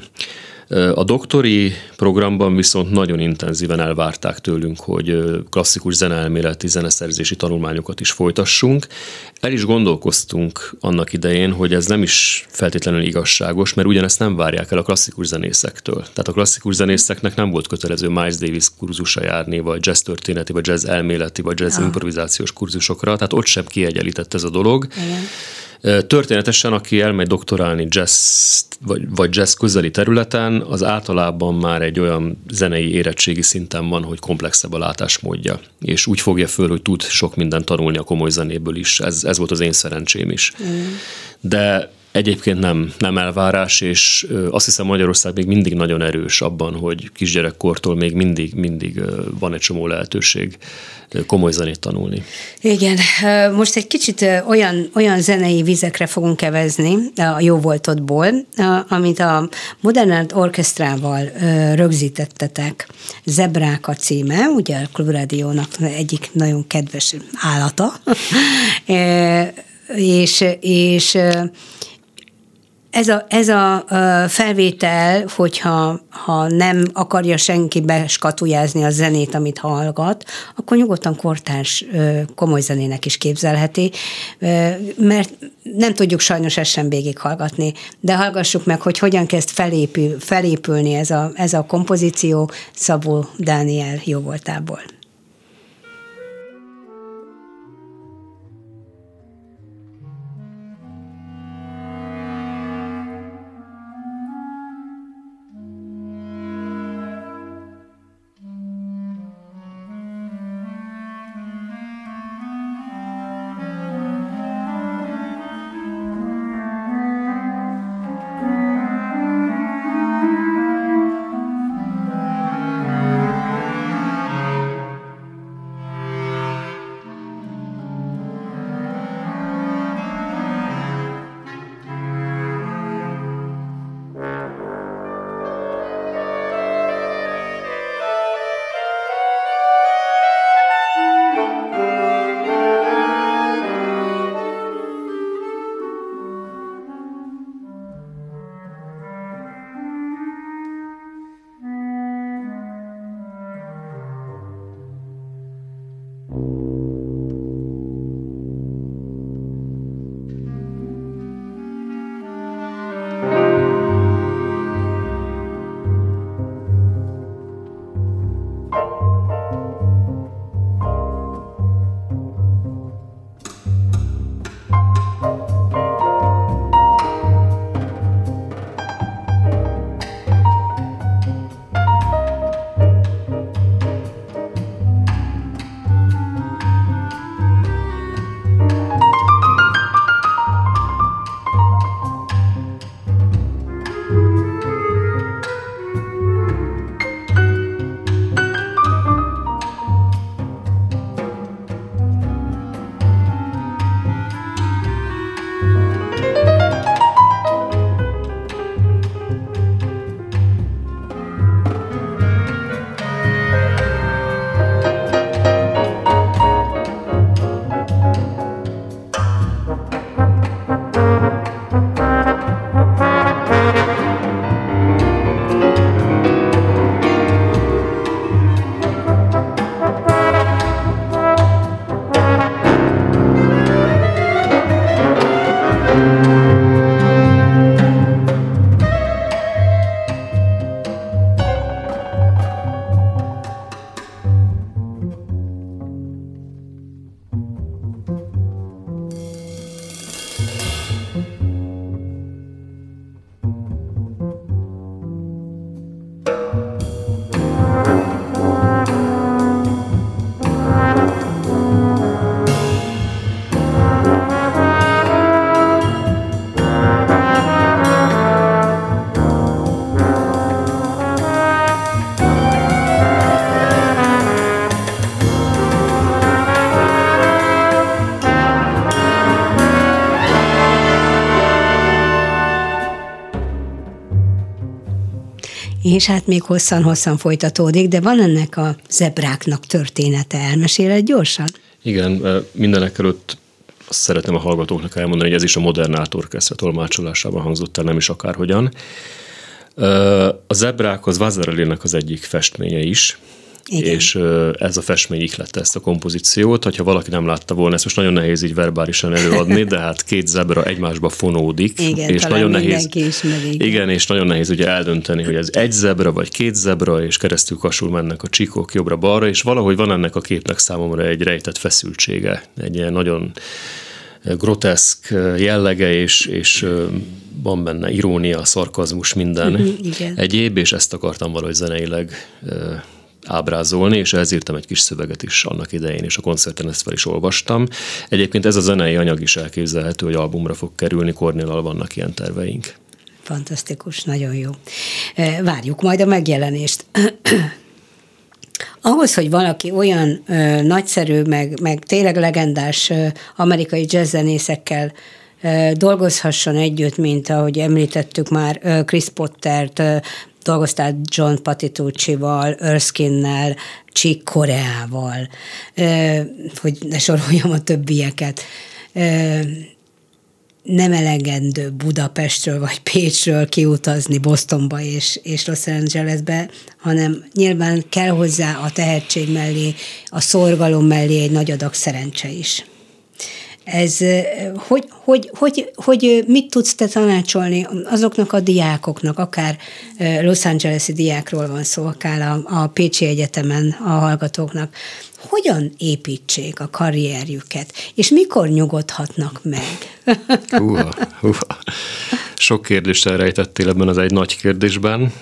Speaker 3: A doktori programban viszont nagyon intenzíven elvárták tőlünk, hogy klasszikus zeneelméleti, zeneszerzési tanulmányokat is folytassunk. El is gondolkoztunk annak idején, hogy ez nem is feltétlenül igazságos, mert ugyanezt nem várják el a klasszikus zenészektől. Tehát a klasszikus zenészeknek nem volt kötelező Miles Davis kurzusra járni, vagy jazz történeti, vagy jazz elméleti, vagy jazz ah. improvizációs kurzusokra, tehát ott sem kiegyenlített ez a dolog. Igen. Történetesen, aki elmegy doktorálni jazz vagy, vagy jazz közeli területen, az általában már egy olyan zenei érettségi szinten van, hogy komplexebb a látásmódja, és úgy fogja föl, hogy tud sok mindent tanulni a komoly zenéből is. Ez, ez volt az én szerencsém is. Mm. De egyébként nem, nem elvárás, és azt hiszem Magyarország még mindig nagyon erős abban, hogy kisgyerekkortól még mindig, mindig van egy csomó lehetőség komoly zenét tanulni. Igen, most egy kicsit olyan, olyan zenei vizekre fogunk evezni a Jó voltodból, amit a Modern Art Orchestrával rögzítettetek. Zebrák a címe, ugye a Klubrádiónak egyik nagyon kedves állata, és, és Ez a, ez a felvétel, hogyha ha nem akarja senki beskatujázni a zenét, amit hallgat, akkor nyugodtan kortárs komoly zenének is képzelheti, mert nem tudjuk sajnos ezt sem végighallgatni, de hallgassuk meg, hogy hogyan kezd felépül, felépülni ez a, ez a kompozíció Szabó Dániel Jó voltából.
Speaker 2: És hát még hosszan-hosszan folytatódik, de van ennek a zebráknak története, elmeséled gyorsan? Igen,
Speaker 3: mindenek előtt azt szeretném a hallgatóknak elmondani, hogy ez is a Modern Art Orchestra tolmácsolásában hangzott el, nem is akárhogyan. A zebrák az Vasarely-nek az egyik festménye is, igen. És ez a festmény ihlette ezt a kompozíciót. Hogyha valaki nem látta volna, ezt most nagyon nehéz így verbálisan előadni, de hát két zebra egymásba fonódik.
Speaker 2: Igen,
Speaker 3: és
Speaker 2: talán
Speaker 3: nagyon
Speaker 2: nehéz,
Speaker 3: ismeri, igen. igen, és nagyon nehéz ugye eldönteni, hogy ez egy zebra vagy két zebra, és keresztül kasul mennek a csíkok jobbra-balra, és valahogy van ennek a képnek számomra egy rejtett feszültsége, egy ilyen nagyon groteszk jellege, és, és van benne irónia, szarkazmus, minden
Speaker 2: uh-huh,
Speaker 3: egyéb, és ezt akartam valahogy zeneileg ábrázolni, és ehhez írtam egy kis szöveget is annak idején, és a koncerten ezt fel is olvastam. Egyébként ez a zenei anyag is elképzelhető, hogy albumra fog kerülni, Kornéllal vannak ilyen terveink.
Speaker 2: Fantasztikus, nagyon jó. Várjuk majd a megjelenést. Ahhoz, hogy valaki olyan ö, nagyszerű, meg, meg tényleg legendás ö, amerikai jazzzenészekkel ö, dolgozhasson együtt, mint ahogy említettük már ö, Chris Pottert, ö, dolgoztál John Patituccival, Erskine-nel, Chick Coreával, ö, hogy ne soroljam a többieket. Ö, nem elegendő Budapestről vagy Pécsről kiutazni Bostonba és, és Los Angelesbe, hanem nyilván kell hozzá a tehetség mellé, a szorgalom mellé egy nagy adag szerencse is. Ez, hogy, hogy, hogy, hogy mit tudsz te tanácsolni azoknak a diákoknak, akár Los Angeles-i diákról van szó, akár a, a Pécsi Egyetemen a hallgatóknak, hogyan építsék a karrierjüket, és mikor nyugodhatnak meg?
Speaker 3: Húha, húha. Sok kérdést elrejtettél ebben az egy nagy kérdésben.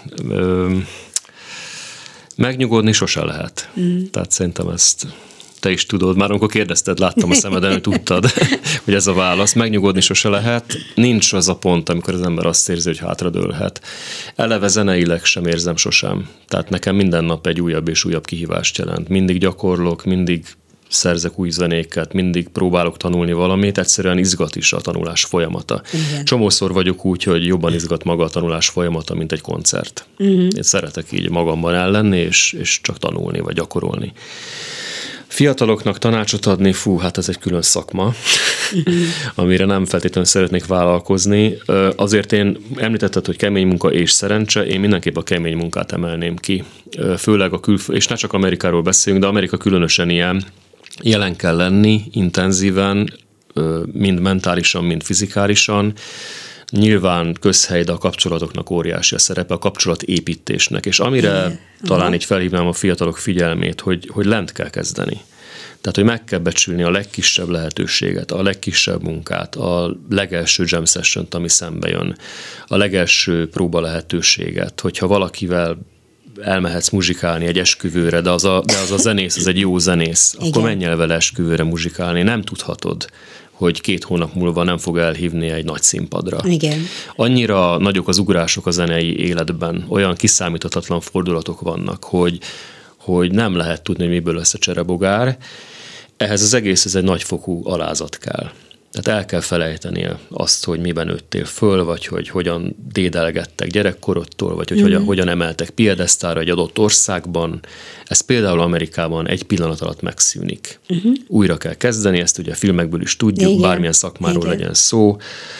Speaker 3: Megnyugodni sose lehet. Mm. Tehát szerintem ezt te is tudod, már amikor kérdezted, láttam a szemeden, hogy tudtad, hogy ez a válasz. Megnyugodni sose lehet. Nincs az a pont, amikor az ember azt érzi, hogy hátradőlhet. Eleve zeneileg sem érzem sosem. Tehát nekem minden nap egy újabb és újabb kihívást jelent. Mindig gyakorlok, mindig szerzek új zenéket, mindig próbálok tanulni valamit, egyszerűen izgat is a tanulás folyamata. Igen. Csomószor vagyok úgy, hogy jobban izgat maga a tanulás folyamata, mint egy koncert. Uh-huh. Én szeretek így magamban ellenni, és, és csak tanulni, vagy gyakorolni. Fiataloknak tanácsot adni, fú, hát ez egy külön szakma, amire nem feltétlenül szeretnék vállalkozni. Azért én említetted, hogy kemény munka és szerencse, én mindenképp a kemény munkát emelném ki. Főleg a külföld, és ne csak Amerikáról beszélünk, de Amerika különösen ilyen. Jelen kell lenni, intenzíven, mind mentálisan, mind fizikálisan. Nyilván közhely, de a kapcsolatoknak óriási a szerepe, a kapcsolatépítésnek, és amire yeah. talán így felhívnám a fiatalok figyelmét, hogy, hogy lent kell kezdeni. Tehát, hogy meg kell becsülni a legkisebb lehetőséget, a legkisebb munkát, a legelső jam sessiont, ami szembe jön, a legelső próba lehetőséget, hogyha valakivel elmehetsz muzsikálni egy esküvőre, de az a, de az a zenész, az egy jó zenész, igen. akkor menj el vele esküvőre muzsikálni, nem tudhatod, hogy két hónap múlva nem fog elhívni egy nagy színpadra.
Speaker 2: Igen.
Speaker 3: Annyira nagyok az ugrások a zenei életben, olyan kiszámíthatatlan fordulatok vannak, hogy, hogy nem lehet tudni, hogy miből lesz a cserebogár. Ehhez az egész ez egy nagyfokú alázat kell. Tehát el kell felejteni azt, hogy miben nőttél föl, vagy hogy hogyan dédelgettek gyerekkorodtól, vagy hogy mm-hmm. hogyan, hogyan emeltek piedesztára egy adott országban. Ez például Amerikában egy pillanat alatt megszűnik. Mm-hmm. Újra kell kezdeni, ezt ugye a filmekből is tudjuk, igen. bármilyen szakmáról igen. legyen szó,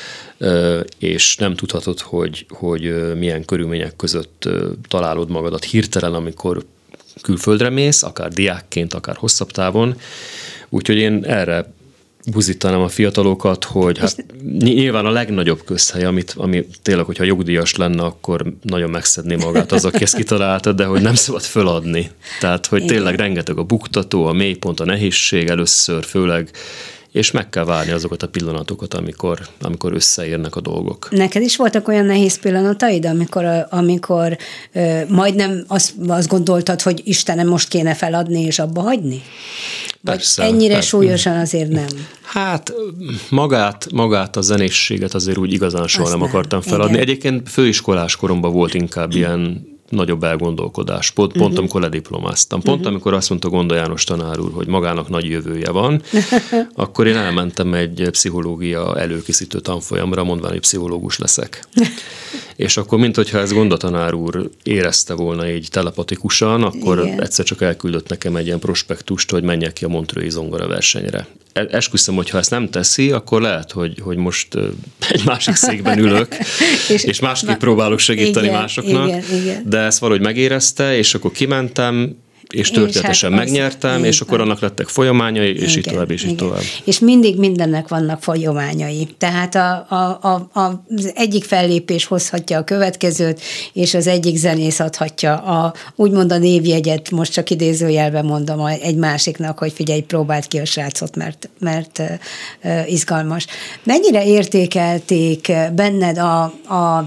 Speaker 3: és nem tudhatod, hogy, hogy milyen körülmények között találod magadat hirtelen, amikor külföldre mész, akár diákként, akár hosszabb távon. Úgyhogy én erre buzítanám a fiatalokat, hogy hát nyilván a legnagyobb közhely, amit, ami tényleg, hogyha jogdíjas lenne, akkor nagyon megszedné magát az, aki ezt kitalálta, de hogy nem szabad föladni. Tehát, hogy tényleg rengeteg a buktató, a mélypont, a nehézség először, főleg, és meg kell várni azokat a pillanatokat, amikor, amikor összeérnek a dolgok.
Speaker 2: Neked is voltak olyan nehéz pillanataid, amikor, amikor ö, majdnem azt, azt gondoltad, hogy Istenem, most kéne feladni és abba hagyni? Vagy persze, ennyire hát, súlyosan azért nem?
Speaker 3: Hát magát, magát a zenészséget azért úgy igazán soha azt nem akartam feladni. Igen. Egyébként főiskolás koromban volt inkább ilyen nagyobb elgondolkodás. Pont, pont uh-huh. amikor lediplomáztam. Pont uh-huh. amikor azt mondta Gonda János tanár úr, hogy magának nagy jövője van, akkor én elmentem egy pszichológia előkészítő tanfolyamra, mondván, hogy pszichológus leszek. És akkor, mint hogyha ez Gonda tanár úr érezte volna így telepatikusan, akkor igen. egyszer csak elküldött nekem egy ilyen prospektust, hogy menjek ki a Montreux-i zongora versenyre. Esküszöm, hogy ha ezt nem teszi, akkor lehet, hogy, hogy most egy másik székben ülök, és, és másképp ma, próbálok segíteni igen, másoknak, igen, igen. de ezt valahogy megérezte, és akkor kimentem, és történetesen hát megnyertem, és akkor annak lettek folyamányai, és igen, így tovább, és igen. így tovább.
Speaker 2: És mindig mindennek vannak folyamányai. Tehát a, a, a, a, az egyik fellépés hozhatja a következőt, és az egyik zenész adhatja a, úgymond a névjegyet, most csak idézőjelben mondom egy másiknak, hogy figyelj, próbáld ki a srácot, mert, mert uh, izgalmas. Mennyire értékelték benned a, a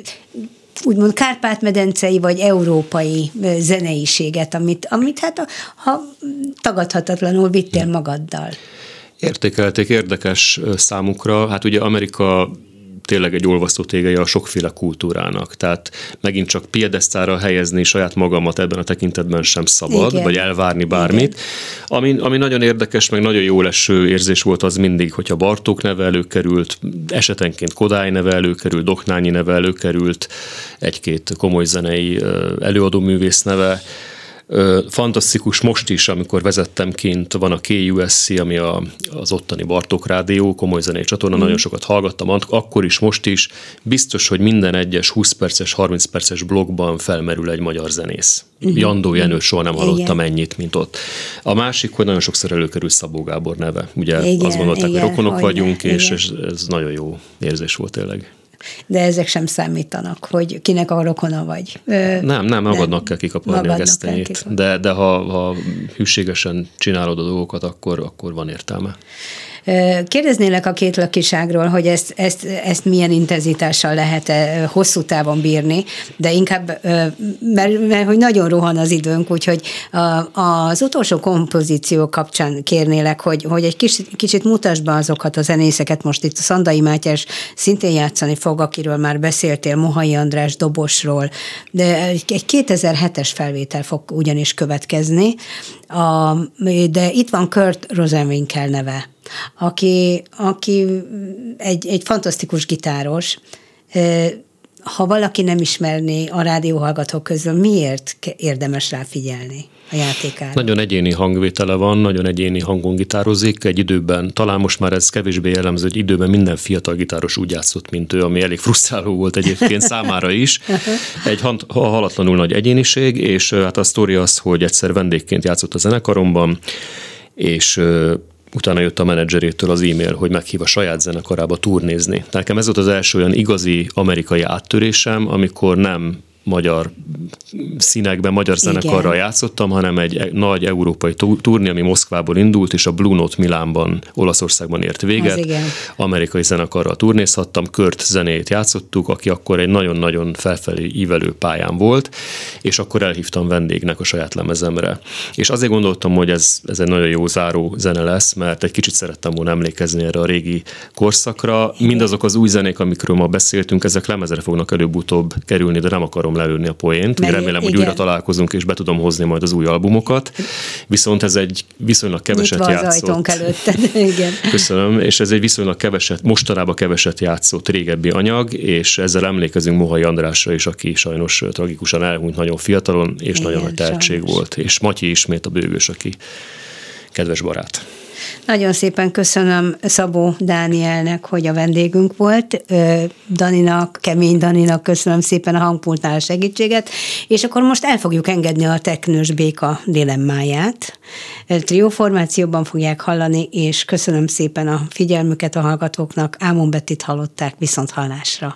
Speaker 2: úgymond kárpát-medencei vagy európai zeneiséget, amit, amit hát a, ha tagadhatatlanul vittél magaddal?
Speaker 3: Értékelték, érdekes számukra. Hát ugye Amerika tényleg egy olvasztó tégeje a sokféle kultúrának. Tehát megint csak piedesztára helyezni saját magamat ebben a tekintetben sem szabad, igen. vagy elvárni bármit. Ami, ami nagyon érdekes, meg nagyon jó leső érzés volt az mindig, hogyha Bartók neve előkerült, esetenként Kodály neve előkerült, Doknányi neve előkerült, egy-két komoly zenei előadóművész neve. Fantasztikus most is, amikor vezettem kint, van a K U S C, ami a, az ottani Bartók Rádió, komoly zenei csatorna, mm. nagyon sokat hallgattam, akkor is, most is. Biztos, hogy minden egyes húsz perces, harminc perces blogban felmerül egy magyar zenész. Mm. Jandó Jenőt soha nem hallottam igen. ennyit, mint ott. A másik, hogy nagyon sokszor előkerül Szabó Gábor neve. Ugye igen, azt gondolták, igen, hogy rokonok hogy vagyunk, ne, és ez, ez nagyon jó érzés volt tényleg.
Speaker 2: De ezek sem számítanak, hogy kinek a rokona vagy.
Speaker 3: Nem, nem, magadnak kell kikaparni a gesztenyét. De, de ha, ha hűségesen csinálod a dolgokat, akkor, akkor van értelme.
Speaker 2: Kérdeznélek a két lakiságról, hogy ezt, ezt, ezt milyen intenzitással lehet hosszú távon bírni, de inkább, mert, mert hogy nagyon rohan az időnk, úgyhogy az utolsó kompozíció kapcsán kérnélek, hogy, hogy egy kicsit, kicsit mutasd be azokat a zenészeket, most itt a Szandai Mátyás szintén játszani fog, akiről már beszéltél, Mohai András dobosról, de egy kétezer-hetes felvétel fog ugyanis következni, a, de itt van Kurt Rosenwinkel neve, aki, aki egy, egy fantasztikus gitáros. Ha valaki nem ismerné a rádióhallgatók közül, miért érdemes rá figyelni a játékára?
Speaker 3: Nagyon egyéni hangvétele van, nagyon egyéni hangon gitározik. Egy időben, talán most már ez kevésbé jellemző, hogy időben minden fiatal gitáros úgy játszott, mint ő, ami elég frusztráló volt egyébként számára is. Egy halatlanul nagy egyéniség, és hát a sztori az, hogy egyszer vendégként játszott a zenekaromban, és utána jött a menedzserétől az e-mail, hogy meghív a saját zenekarába turnézni. Nekem ez volt az első olyan igazi amerikai áttörésem, amikor nem magyar színekben, magyar zenekarral játszottam, hanem egy nagy európai turné, ami Moszkvából indult, és a Blue Note Milánban, Olaszországban ért véget. Amerikai zenekarral turnézhattam, Kurt zenét játszottuk, aki akkor egy nagyon-nagyon felfelé ívelő pályán volt, és akkor elhívtam vendégnek a saját lemezemre. És azért gondoltam, hogy ez, ez egy nagyon jó záró zene lesz, mert egy kicsit szerettem volna emlékezni erre a régi korszakra. Mindazok az új zenék, amikről ma beszéltünk, ezek lemezre fognak előbb-utóbb kerülni, de nem akarom lelőni a poént. Remélem, igen. hogy újra találkozunk, és be tudom hozni majd az új albumokat. Viszont ez egy viszonylag keveset
Speaker 2: Nyitva
Speaker 3: játszott.
Speaker 2: az ajtónk előtted. Igen.
Speaker 3: Köszönöm, és ez egy viszonylag keveset, mostanában keveset játszott régebbi anyag, és ezzel emlékezünk Mohai Andrásra is, aki sajnos tragikusan elhunyt nagyon fiatalon, és igen, nagyon nagy tehetség sajnos. Volt. És Matyi ismét a bőgős, aki kedves barát.
Speaker 2: Nagyon szépen köszönöm Szabó Dánielnek, hogy a vendégünk volt, Daninak, Kemény Daninak köszönöm szépen a hangpultnál a segítséget, és akkor most el fogjuk engedni a Teknős Béka dilemmáját. Trió formációban fogják hallani, és köszönöm szépen a figyelmüket a hallgatóknak. Ámon Bettit hallották, viszont hallásra.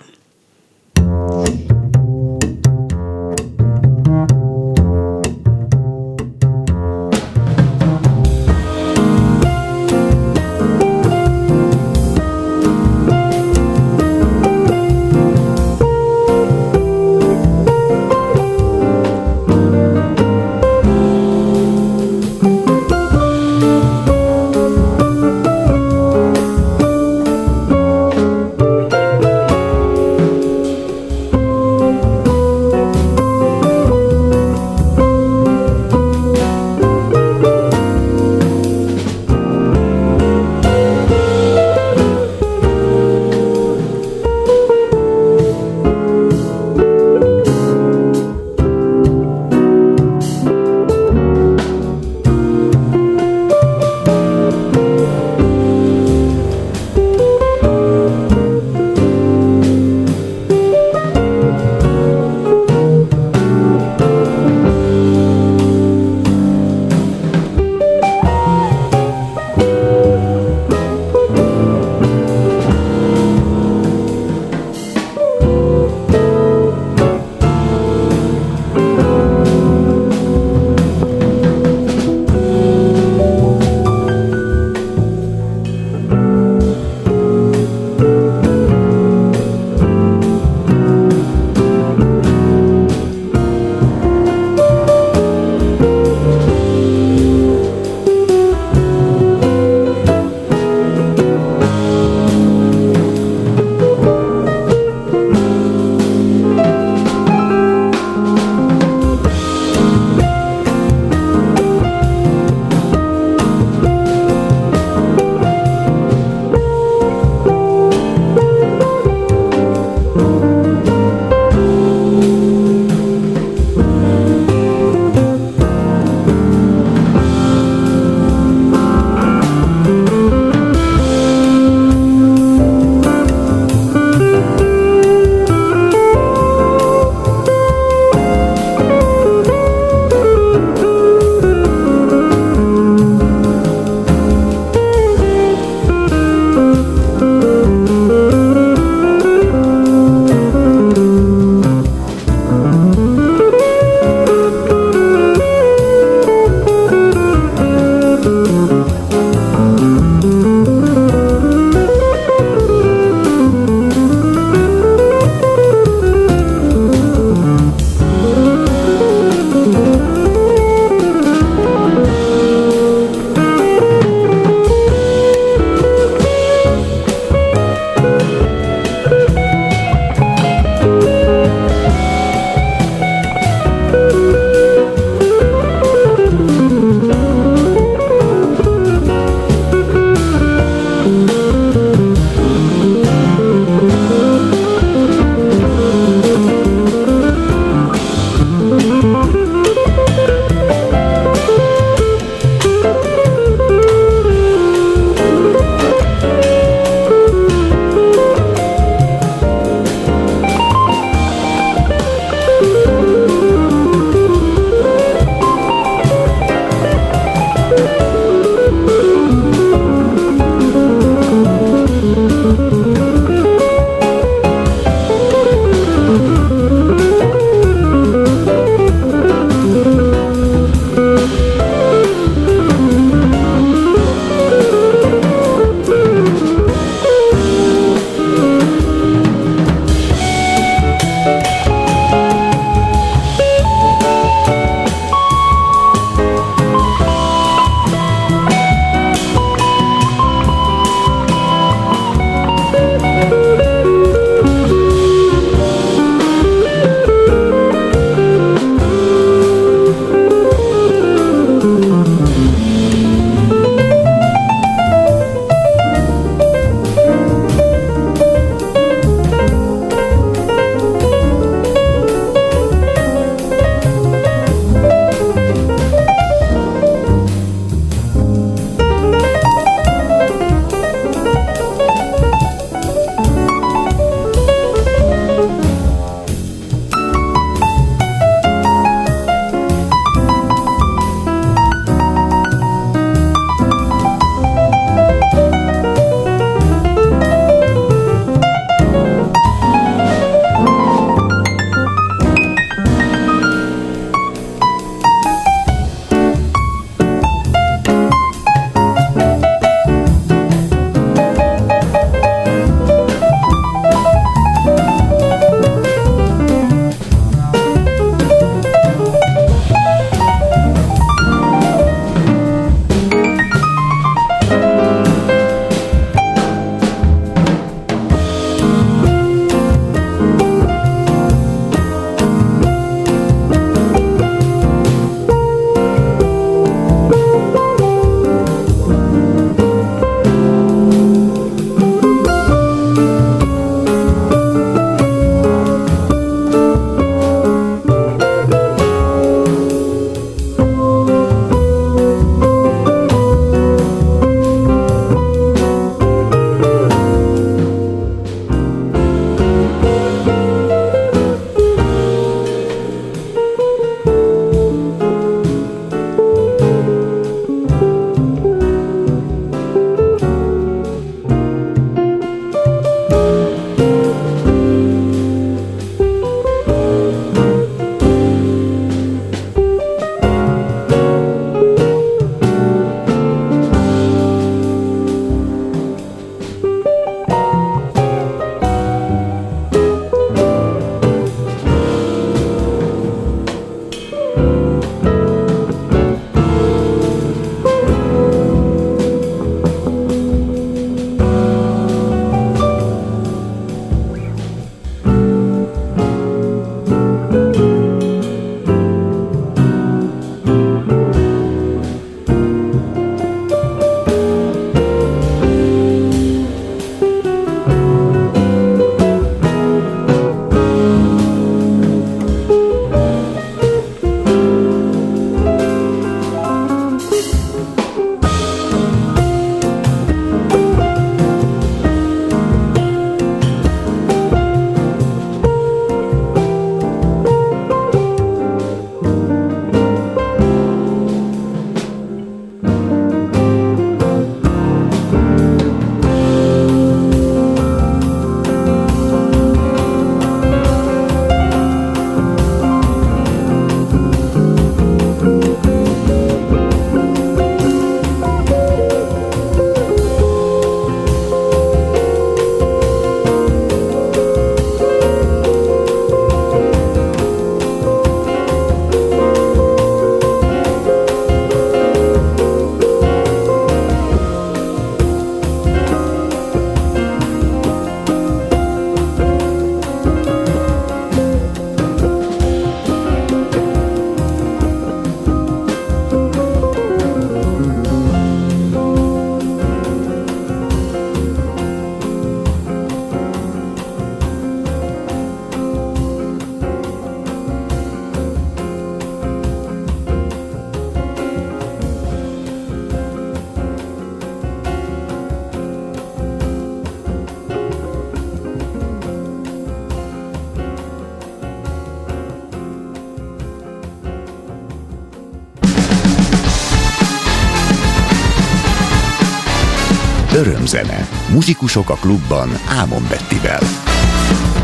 Speaker 1: Örömzene. Muzsikusok a klubban Ámon Bettivel.